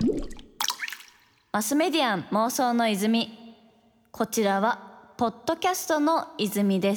マスメディアン妄想の泉。こちらはポッドキャストの泉です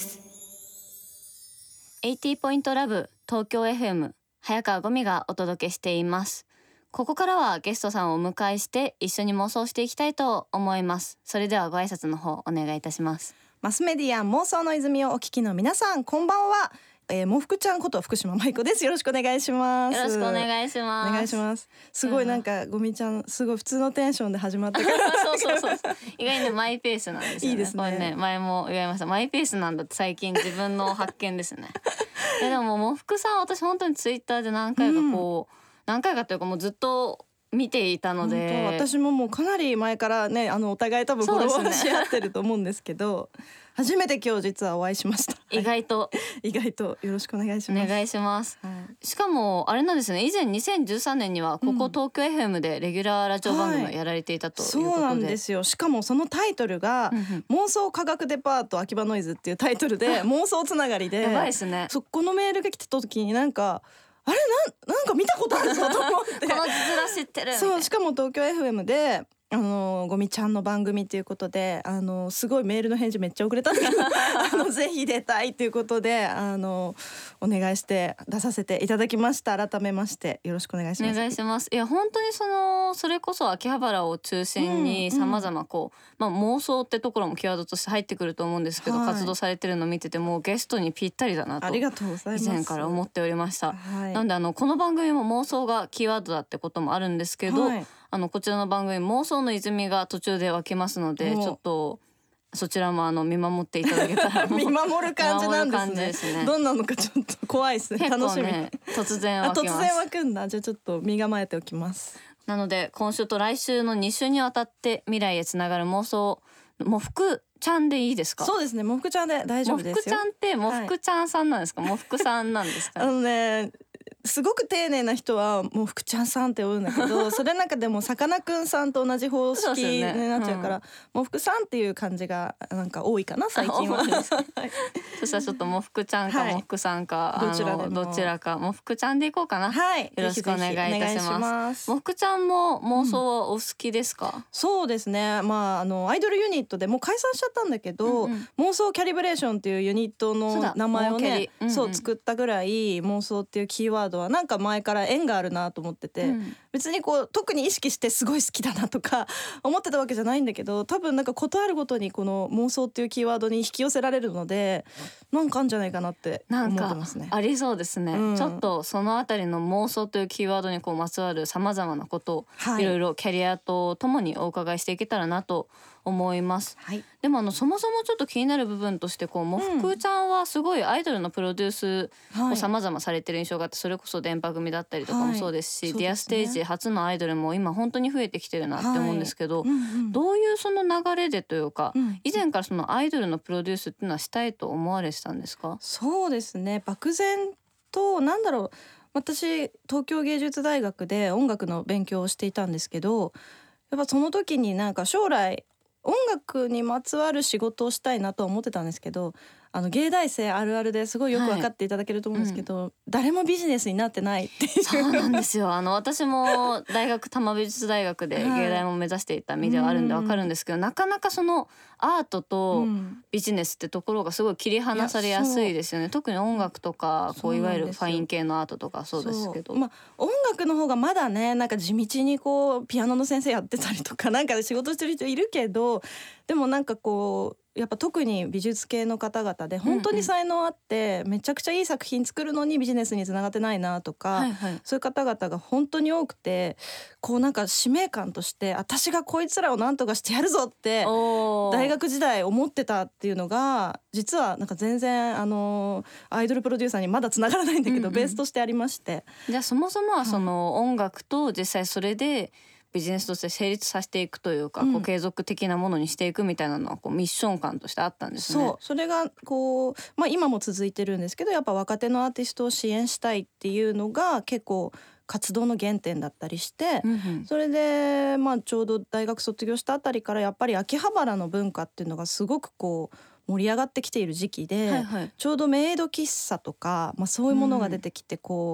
。80ポイントラブ東京 FM 早川ゴミがお届けしています。ここからはゲストさんをお迎えして一緒に妄想していきたいと思います。それではご挨拶の方お願いいたします。 マスメディアン妄想の泉をお聞きの皆さん、こんばんは。もふくちゃんこと福島舞子です。よろしくお願いします。 よろしくお願いします。 お願いします。すごいなんかゴミちゃんすごい普通のテンションで始まったからそう意外にマイペースなんですよね。 いいですね。 これね、前も言われました。マイペースなんだって最近自分の発見ですね。でももふくさん、私本当にツイッターで何回か何回かというかもうずっと見ていたので、 私ももうかなり前からね、お互い多分フォロワーし合ってると思うんですけど、初めて今日実はお会いしました。 意外とよろしくお願いします。 お願いします、しかもあれなんですね、以前2013年にはここ東京 FM でレギュラーラジオ番組をやられていたということで、 そうなんですよ。しかもそのタイトルが妄想科学デパート秋葉ノイズっていうタイトルで妄想つながりで、 やばいですね。 そこのメールが来た時になんかあれなんか見たことあるぞと思ってこの字面知ってる。 そう、しかも東京 FM でゴミちゃんの番組っていうことですごいメールの返事めっちゃ遅れたんですけどぜひ出たいということでお願いして出させていただきました。改めましてよろしくお願いします。 お願いします。いや本当にそれこそ秋葉原を中心にさまざま妄想ってところもキーワードとして入ってくると思うんですけど、活動されてるのを見ててもゲストにぴったりだなとありがとうございます。 以前から思っておりました、なんでこの番組も妄想がキーワードだってこともあるんですけど、こちらの番組妄想の泉が途中で湧きますので、ちょっとそちらも見守っていただけたら見守る感じなんですね。どんなのかちょっと怖いですね。楽しみ。 突然湧きます。 突然湧くんだ。じゃあちょっと身構えておきます。 なので今週と来週の2週にわたって未来へつながる妄想、もふくちゃんでいいですか？ そうですね、もふくちゃんで大丈夫ですよ。 もふくちゃんってもふくちゃんさんなんですか？もふくさんなんですか？ すごく丁寧な人はもう福ちゃんさんって呼ぶんだけどそれなんかでもさかなクンさんと同じ方式になっちゃうから、もう福さんっていう感じがなんか多いかな最近は。 そしたらちょっともふくちゃんかもふくさんか、どちらかもふくちゃんでいこうかな。よろしくお願いいたします。もふくちゃんも妄想はお好きですか？ そうですね、アイドルユニットでもう解散しちゃったんだけど、妄想キャリブレーションっていうユニットの名前をね作ったぐらい妄想っていうキーワードはなんか前から縁があるなと思ってて、別に特に意識してすごい好きだなとか思ってたわけじゃないんだけど、多分なんかことあるごとにこの妄想っていうキーワードに引き寄せられるので、なんかあるんじゃないかなって思ってますね。 ありそうですね、ちょっとそのあたりの妄想というキーワードにまつわるさまざまなことをいろいろキャリアとともにお伺いしていけたらなと思います、でもそもそもちょっと気になる部分としてもふくちゃんはすごいアイドルのプロデュースをさまざまされてる印象があって、それこそ電波組だったりとかもそうですし、ディアステージ初のアイドルも今本当に増えてきてるなって思うんですけど、どういうその流れでというか、以前からそのアイドルのプロデュースっていうのはしたいと思われてたんですか？ そうですね、漠然と私東京芸術大学で音楽の勉強をしていたんですけど、やっぱその時になんか将来音楽にまつわる仕事をしたいなと思ってたんですけど、芸大生あるあるですごいよく分かっていただけると思うんですけど、誰もビジネスになってないっていう。 そうなんですよ。私も大学多摩美術大学で芸大も目指していた身ではあるんで分かるんですけど、なかなかそのアートとビジネスってところがすごい切り離されやすいですよね。特に音楽とかいわゆるファイン系のアートとかそうですけど、 音楽の方がまだね、なんか地道にピアノの先生やってたりとかなんか仕事してる人いるけど、でもなんかやっぱ特に美術系の方々で本当に才能あってめちゃくちゃいい作品作るのにビジネスにつながってないなとか、そういう方々が本当に多くて、なんか使命感として私がこいつらを何とかしてやるぞって大学時代思ってたっていうのが、実はなんか全然アイドルプロデューサーにまだつながらないんだけど、ベースとしてありまして。 じゃあそもそもはその音楽と実際それでビジネスとして成立させていくというか、継続的なものにしていくみたいなのはミッション感としてあったんですね。 それが今も続いてるんですけど、やっぱ若手のアーティストを支援したいっていうのが結構活動の原点だったりして、それでちょうど大学卒業したあたりからやっぱり秋葉原の文化っていうのがすごく盛り上がってきている時期で、ちょうどメイド喫茶とか、そういうものが出てきて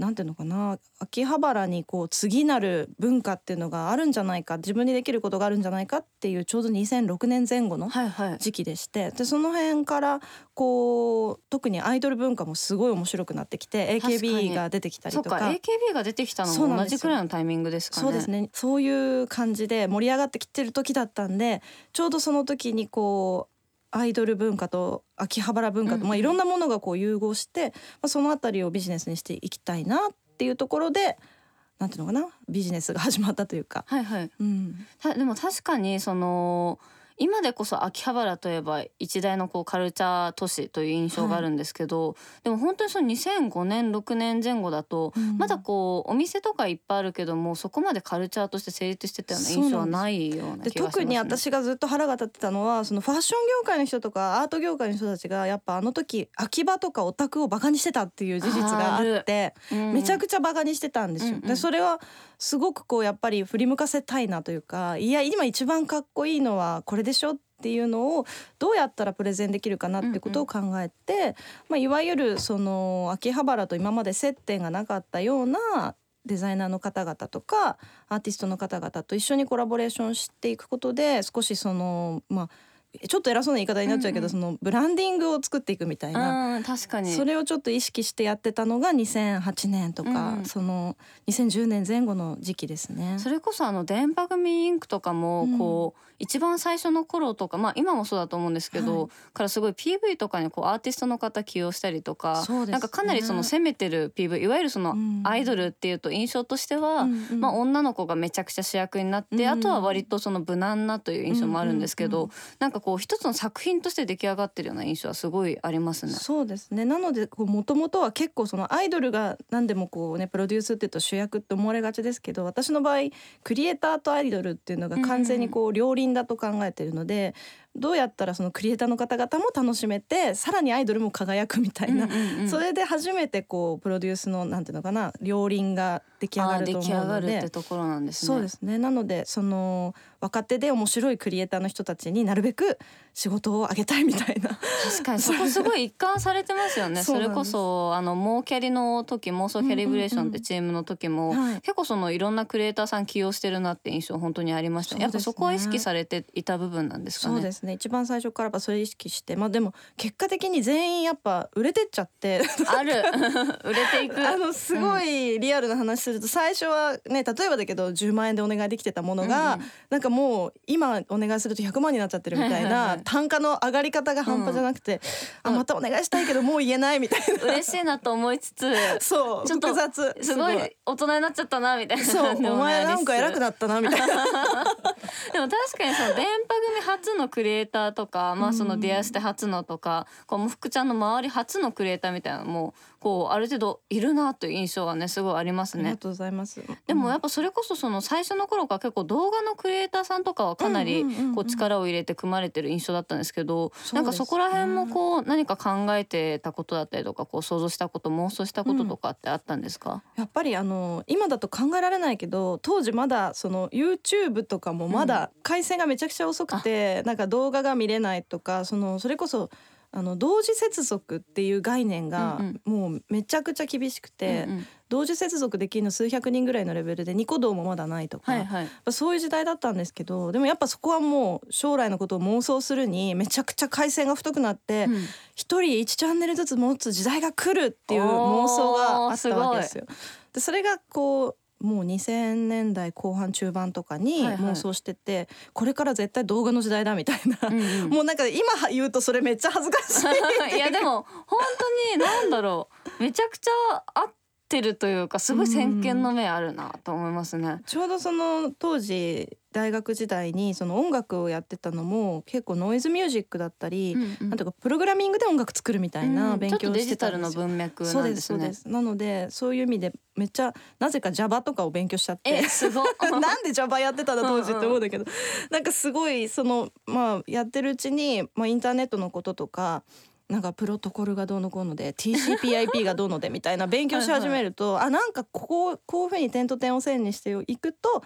なんていうのかな、秋葉原にこう次なる文化っていうのがあるんじゃないか、自分にできることがあるんじゃないかっていうちょうど2006年前後の時期でして、でその辺からこう特にアイドル文化もすごい面白くなってきて AKB が出てきたりとか。 そうか AKB が出てきたのも同じくらいのタイミングですかね。 そうですね、そういう感じで盛り上がってきてる時だったんで、ちょうどその時にこうアイドル文化と秋葉原文化と、いろんなものがこう融合して、そのあたりをビジネスにしていきたいなっていうところで、なんていうのかな、ビジネスが始まったというか。 はいはい、でも確かにその今でこそ秋葉原といえば一大のこうカルチャー都市という印象があるんですけど、でも本当にその2005年6年前後だと、まだこうお店とかいっぱいあるけどもそこまでカルチャーとして成立してたような印象はないような気がしますね。 特に私がずっと腹が立ってたのは、そのファッション業界の人とかアート業界の人たちがやっぱあの時秋葉とかオタクをバカにしてたっていう事実があって、めちゃくちゃバカにしてたんですよ。でそれはすごくこうやっぱり振り向かせたいなというか、いや今一番かっこいいのはこれでしょっていうのをどうやったらプレゼンできるかなってことを考えて、いわゆるその秋葉原と今まで接点がなかったようなデザイナーの方々とかアーティストの方々と一緒にコラボレーションしていくことで、少しそのちょっと偉そうな言い方になっちゃうけど、そのブランディングを作っていくみたいな、 確かにそれをちょっと意識してやってたのが2008年とか、その2010年前後の時期ですね。 それこそ電波組インクとかもこう、一番最初の頃とか、今もそうだと思うんですけど、からすごい PV とかにこうアーティストの方起用したりとか、なんかかなりその攻めてる PV、いわゆるそのアイドルっていうと印象としては、女の子がめちゃくちゃ主役になって、あとは割とその無難なという印象もあるんですけど、なんかこう一つの作品として出来上がってるような印象はすごいありますね。 そうですね。なのでもともとは結構そのアイドルが何でもこうねプロデュースっていうと主役って思われがちですけど、私の場合クリエイターとアイドルっていうのが完全にこう両輪だと考えているので、どうやったらそのクリエイターの方々も楽しめて、さらにアイドルも輝くみたいな、それで初めてこうプロデュースのなんていうのかな、両輪が出来上がると思うので、 出来上がるってところなんですね。 そうですね。なのでその若手で面白いクリエイターの人たちになるべく仕事をあげたいみたいな。 確かにそこすごい一貫されてますよね。それこそモーキャリの時、妄想キャリブレーションってチームの時も、結構そのいろんなクリエイターさん起用してるなって印象本当にありました、やっぱそこは意識されていた部分なんですかね。 そうですね。一番最初からそれ意識して、でも結果的に全員やっぱ売れてっちゃってある売れていくすごいリアルな話すると、最初はね、例えばだけど10万円でお願いできてたものが、なんかもう今お願いすると100万になっちゃってるみたいな、単価の上がり方が半端じゃなくて、またお願いしたいけどもう言えないみたいな嬉しいなと思いつつそうちょっと複雑、 すごい大人になっちゃったなみたいな。 そうお前なんか偉くなったなみたいなでも確かにその電波組初のクリエイターとか、そのディアステ初のとか、こう福ちゃんの周り初のクリエイターみたいなのもこうある程度いるなという印象はねすごいありますね。 ありがとうございます。 でもやっぱそれこそその最初の頃から結構動画のクリエイターさんとかはかなりこう力を入れて組まれてる印象だったんですけど、なんかそこら辺もこう何か考えてたことだったりとか、こう想像したこと、妄想したこととかってあったんですか？ やっぱり今だと考えられないけど、当時まだその YouTube とかもまだ回線がめちゃくちゃ遅くて、なんか動画が見れないとか、それこそ同時接続っていう概念がもうめちゃくちゃ厳しくて、同時接続できるの数百人ぐらいのレベルでニコ動もまだないとか、そういう時代だったんですけど、でもやっぱそこはもう将来のことを妄想するにめちゃくちゃ回線が太くなって、一人1チャンネルずつ持つ時代が来るっていう妄想があったわけですよ。でそれがこうもう2000年代後半中盤とかに妄想してて、これから絶対動画の時代だみたいな、もうなんか今言うとそれめっちゃ恥ずかしいいやでも本当になんだろう、めちゃくちゃ合ってるというか、すごい先見の目あるなと思いますね。 ちょうどその当時大学時代にその音楽をやってたのも結構ノイズミュージックだったり、なんとかプログラミングで音楽作るみたいな勉強をしてたんですよ。 ちょっとデジタルの文脈なんですね。 そうです。なのでそういう意味でめっちゃなぜか Java とかを勉強しちゃって、 すごなんで Java やってたんだ当時って思うんだけど、なんかすごいやってるうちに、インターネットのこととか、なんかプロトコルがどうのこうので TCP/IP がどうのでみたいな勉強し始めるとなんかこういうふうに点と点を線にしていくと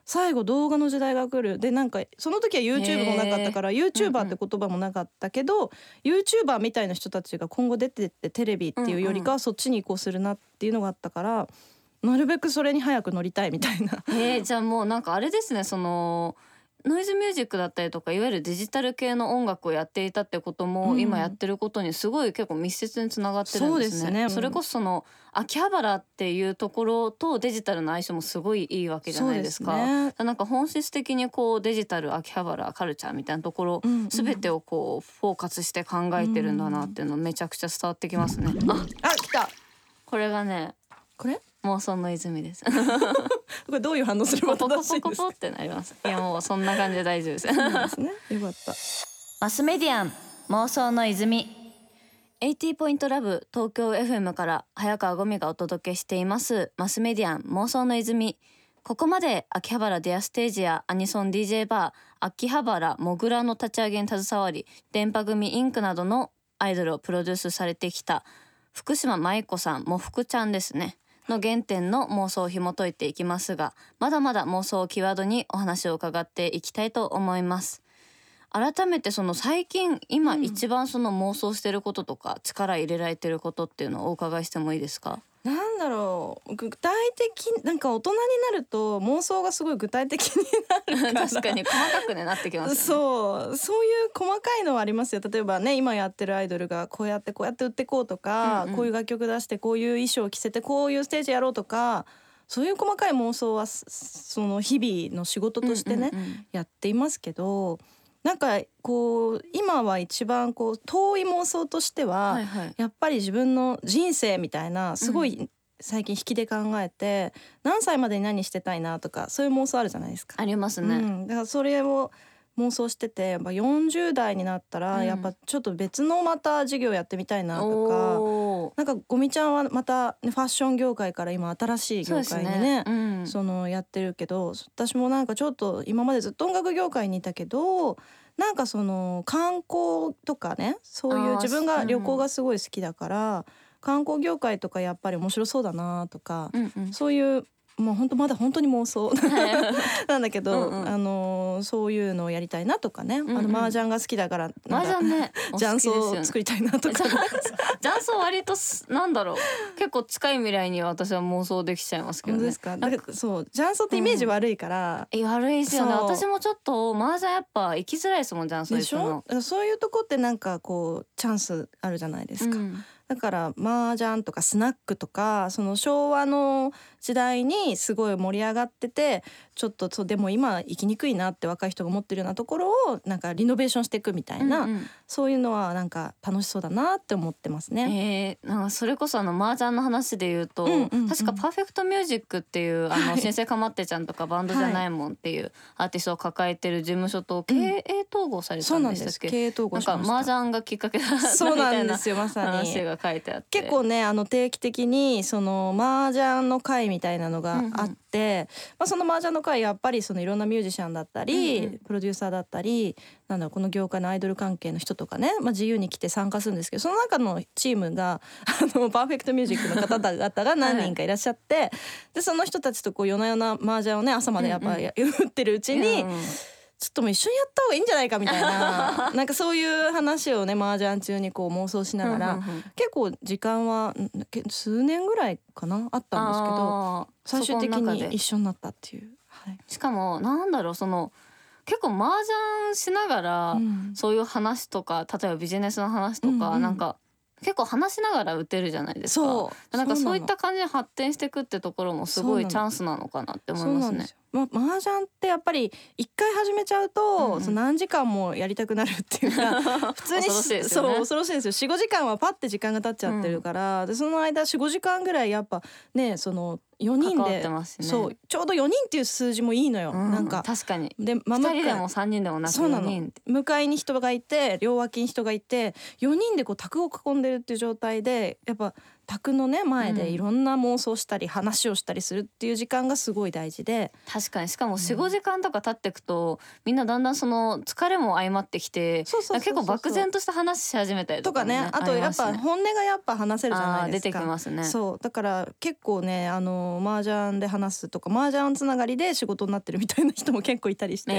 最後動画の時代が来るで、なんかその時は YouTube もなかったから YouTuber って言葉もなかったけど、YouTuber みたいな人たちが今後出てってテレビっていうよりかはそっちに移行するなっていうのがあったから、なるべくそれに早く乗りたいみたいな。 じゃあもうなんかあれですね、そのノイズミュージックだったりとかいわゆるデジタル系の音楽をやっていたってことも、今やってることにすごい結構密接につながってるんですね。 そうですね、 それこそその秋葉原っていうところとデジタルの相性もすごいいいわけじゃないですか。なんか本質的にこうデジタル秋葉原カルチャーみたいなところ、全てをこうフォーカスして考えてるんだなっていうのめちゃくちゃ伝わってきますね。 来た。 これがね、 これ妄想の泉です。 これどういう反応することポコポコポってなります。いやもうそんな感じで大丈夫です。 そうですね。よかった。 マスメディアン妄想の泉。80ポイントラブ東京 FM から早川ゴミがお届けしていますマスメディアン妄想の泉。ここまで秋葉原デアステージやアニソン DJ バー秋葉原モグラの立ち上げに携わり、電波組インクなどのアイドルをプロデュースされてきた福島舞子さん、もふくちゃんですねの原点の妄想を紐解いていきますが、まだまだ妄想をキーワードにお話を伺っていきたいと思います。改めてその最近今一番その妄想してることとか、力入れられてることっていうのをお伺いしてもいいですか？ なんだろう、具体的なんか大人になると妄想がすごい具体的になるから確かに細かくねなってきますよね。 そういう細かいのはありますよ。例えばね、今やってるアイドルがこうやって売ってこうとか、こういう楽曲出してこういう衣装を着せてこういうステージやろうとか、そういう細かい妄想はその日々の仕事としてね、やっていますけど、なんかこう今は一番こう遠い妄想としては、やっぱり自分の人生みたいなすごい最近引きで考えて、何歳までに何してたいなとか、そういう妄想あるじゃないですか。 ありますね。 だからそれを妄想してて、やっぱ40代になったらやっぱちょっと別のまた事業やってみたいなとか、なんかゴミちゃんはまた、ね、ファッション業界から今新しい業界にね、そのやってるけど、私もなんかちょっと今までずっと音楽業界にいたけど、なんかその観光とかね、そういう自分が旅行がすごい好きだから、観光業界とかやっぱり面白そうだなとか、そういうもう本当まだ本当に妄想なんだけど、そういうのをやりたいなとかね、麻雀が好きだから麻雀ね、 雀荘を作りたいなとか。 雀荘割となんだろう、結構近い未来に私は妄想できちゃいますけどね。 ですか。そう雀荘ってイメージ悪いから、 悪いですよね。私もちょっと麻雀やっぱ行きづらいですもん、雀荘行くの。 そういうとこってなんかこうチャンスあるじゃないですか。だから麻雀とかスナックとか、その昭和の時代にすごい盛り上がってて、ちょっとでも今行きにくいなって若い人が思ってるようなところをなんかリノベーションしていくみたいな、そういうのはなんか楽しそうだなって思ってますね。 なんかそれこそ麻雀の話で言うと、確かパーフェクトミュージックっていう新生かまってちゃんとかバンドじゃないもんっていうアーティストを抱えてる事務所と経営統合されたんでしたっけ？経営統合しました。なんか麻雀がきっかけだったみたいな。 そうなんですよ、まさに話が書いてあって、 結構ね定期的にその麻雀の会みたいなのがあって、その麻雀の会やっぱりそのいろんなミュージシャンだったり、プロデューサーだったり、なんだろう、この業界のアイドル関係の人とかね、自由に来て参加するんですけど、その中のチームがパーフェクトミュージックの方々が何人かいらっしゃって、でその人たちとこう夜な夜な麻雀をね朝までやっぱ打ってるうちに、ちょっともう一緒にやった方がいいんじゃないかみたいななんかそういう話をね麻雀中にこう妄想しながら、結構時間は数年ぐらいかなあったんですけど、最終的に一緒になったっていう、 しかもなんだろう、その結構麻雀しながら、そういう話とか例えばビジネスの話とか、なんか結構話しながら打てるじゃないですか。なんかそういった感じで発展していくってところもすごいチャンスなのかなって思いますね。 麻雀ってやっぱり一回始めちゃうと、その何時間もやりたくなるっていうか普通に恐ろしいですよね。 恐ろしいですよ。 4,5 時間はパッて時間が経っちゃってるから、でその間 4,5 時間ぐらいやっぱね、その4人で、そうちょうど4人っていう数字もいいのよ、なんか確かに。 で、 2人でも3人でもなく4人って、 向かいに人がいて両脇に人がいて4人でこう卓を囲んでるっていう状態で、やっぱ卓のね前でいろんな妄想したり話をしたりするっていう時間がすごい大事で、 確かにしかも 4,5 時間とか経っていくと、みんなだんだんその疲れも相まってきて、結構漠然とした話し始めたりとかね、 あとやっぱ本音がやっぱ話せるじゃないですか。 出てきますね。 そうだから結構ね麻雀で話すとか麻雀つながりで仕事になってるみたいな人も結構いたりして、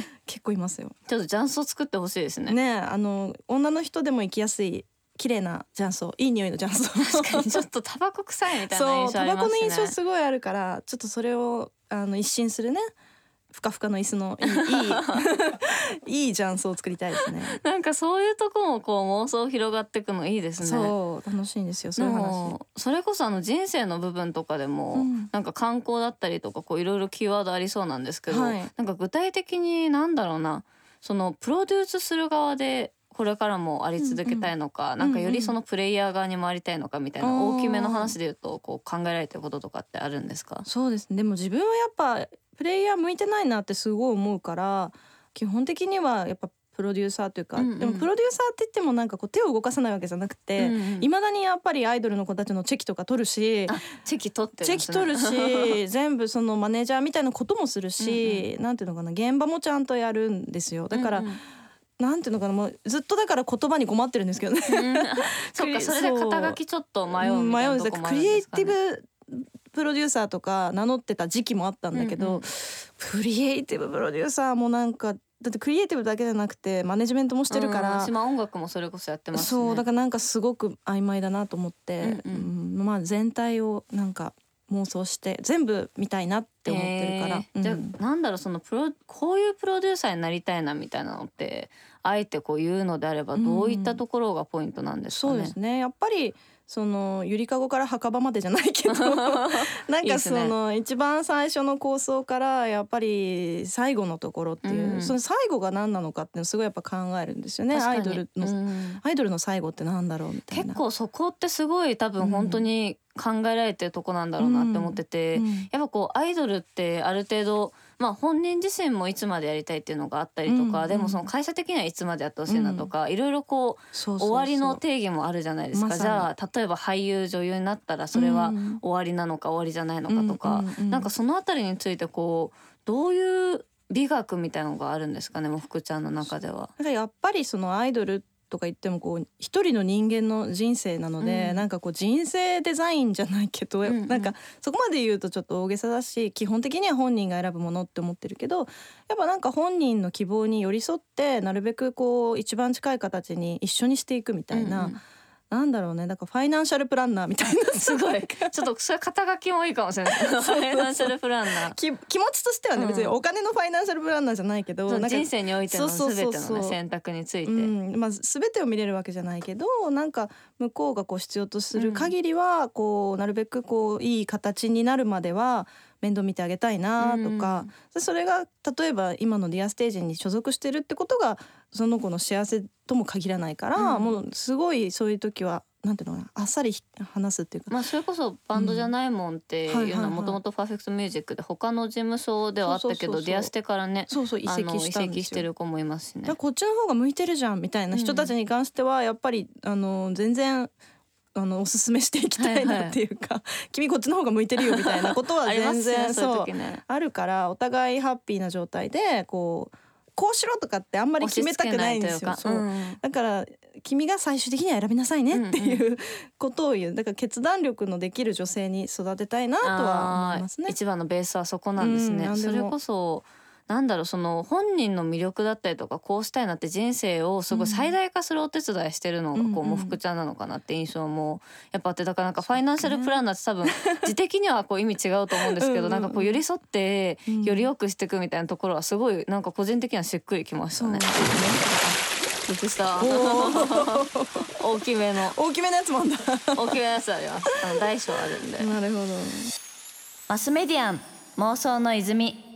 結構いますよ。 ちょっと雀荘作ってほしいですね。 ね女の人でも行きやすい綺麗な雀荘、いい匂いの雀荘。 確かにちょっとタバコ臭いみたいな印象ありますね。 そうタバコの印象すごいあるから、ちょっとそれを一新するねふかふかの椅子のいい雀荘を作りたいですね。 なんかそういうとこもこう妄想広がっていくのいいですね。 そう楽しいんですよそういう話。 それこそ人生の部分とかでも、なんか観光だったりとかいろいろキーワードありそうなんですけど、なんか具体的になんだろうな、そのプロデュースする側でこれからもあり続けたいのか、なんかよりそのプレイヤー側に回りたいのかみたいな大きめの話で言うとこう考えられてることとかってあるんですか？ そうですね。でも自分はやっぱプレイヤー向いてないなってすごい思うから、基本的にはやっぱプロデューサーというか、でもプロデューサーって言ってもなんかこう手を動かさないわけじゃなくて、未だにやっぱりアイドルの子たちのチェキとか取るし、 チェキ取ってるんですね。 チェキ取るし全部そのマネージャーみたいなこともするし、なんていうのかな、現場もちゃんとやるんですよ。だから、なんていうのかな、もうずっとだから言葉に困ってるんですけどね。 そっか、それで肩書きちょっと迷うみたいなとこもあるんですかね。 クリエイティブプロデューサーとか名乗ってた時期もあったんだけど、クリエイティブプロデューサーもなんかだってクリエイティブだけじゃなくてマネジメントもしてるから、 私も音楽もそれこそやってますしね。 そうだからなんかすごく曖昧だなと思って、まあ全体をなんか妄想して全部見たいなって思ってるから、 じゃあなんだろう、そのこういうプロデューサーになりたいなみたいなのってあえてこう言うのであればどういったところがポイントなんですかね？ そうですね、やっぱりそのゆりかごから墓場までじゃないけどなんかその一番最初の構想からやっぱり最後のところっていう、その最後が何なのかっていうのをすごいやっぱ考えるんですよね。アイドルの最後ってなんだろうみたいな。 結構そこってすごい多分本当に考えられてるとこなんだろうなって思ってて、やっぱこうアイドルってある程度本人自身もいつまでやりたいっていうのがあったりとか、でもその会社的にはいつまでやってほしいなとか、いろいろこう終わりの定義もあるじゃないですか。じゃあ例えば俳優女優になったらそれは終わりなのか終わりじゃないのかとか、なんかそのあたりについてこうどういう美学みたいなのがあるんですかね、もふくちゃんの中では。 やっぱりそのアイドルとか言ってもこう一人の人間の人生なので、なんかこう人生デザインじゃないけど、なんかそこまで言うとちょっと大げさだし、基本的には本人が選ぶものって思ってるけど、やっぱなんか本人の希望に寄り添ってなるべくこう一番近い形に一緒にしていくみたいな、なんだろうね、だからファイナンシャルプランナーみたいなすごいちょっとそれ肩書きもいいかもしれないファイナンシャルプランナー気持ちとしてはね、別にお金のファイナンシャルプランナーじゃないけど、なんか人生においての全てのね選択について、 全てを見れるわけじゃないけど、なんか向こうがこう必要とする限りはこうなるべくこういい形になるまでは面倒見てあげたいなとか、それが例えば今のディアステージに所属してるってことがその子の幸せとも限らないから、もうすごいそういう時はなんていうのかな、あっさり話すっていうか、 それこそバンドじゃないもんっていうのはもともとパーフェクトミュージックで他の事務所ではあったけど、ディアステからね移籍してる子もいますしね。 こっちの方が向いてるじゃんみたいな人たちに関してはやっぱり全然おすすめしていきたいなっていうか、君こっちの方が向いてるよみたいなことは全然あるから、お互いハッピーな状態でこうしろとかってあんまり決めたくないんですよ。だから君が最終的には選びなさいねっていうことを言う。だから決断力のできる女性に育てたいなとは思いますね。 一番のベースはそこなんですね。それこそなんだろう、その本人の魅力だったりとかこうしたいなって人生をすごい最大化するお手伝いしてるのがこうもふくちゃんなのかなって印象もやっぱあって、だからなんかファイナンシャルプランナーって多分字的にはこう意味違うと思うんですけど、なんかこう寄り添ってより良くしていくみたいなところはすごいなんか個人的にはしっくりきましたね。びっくりした大きめのやつもあんだ大きめのやつあります。大小あるんで。 なるほど。 マスメディアン妄想の泉。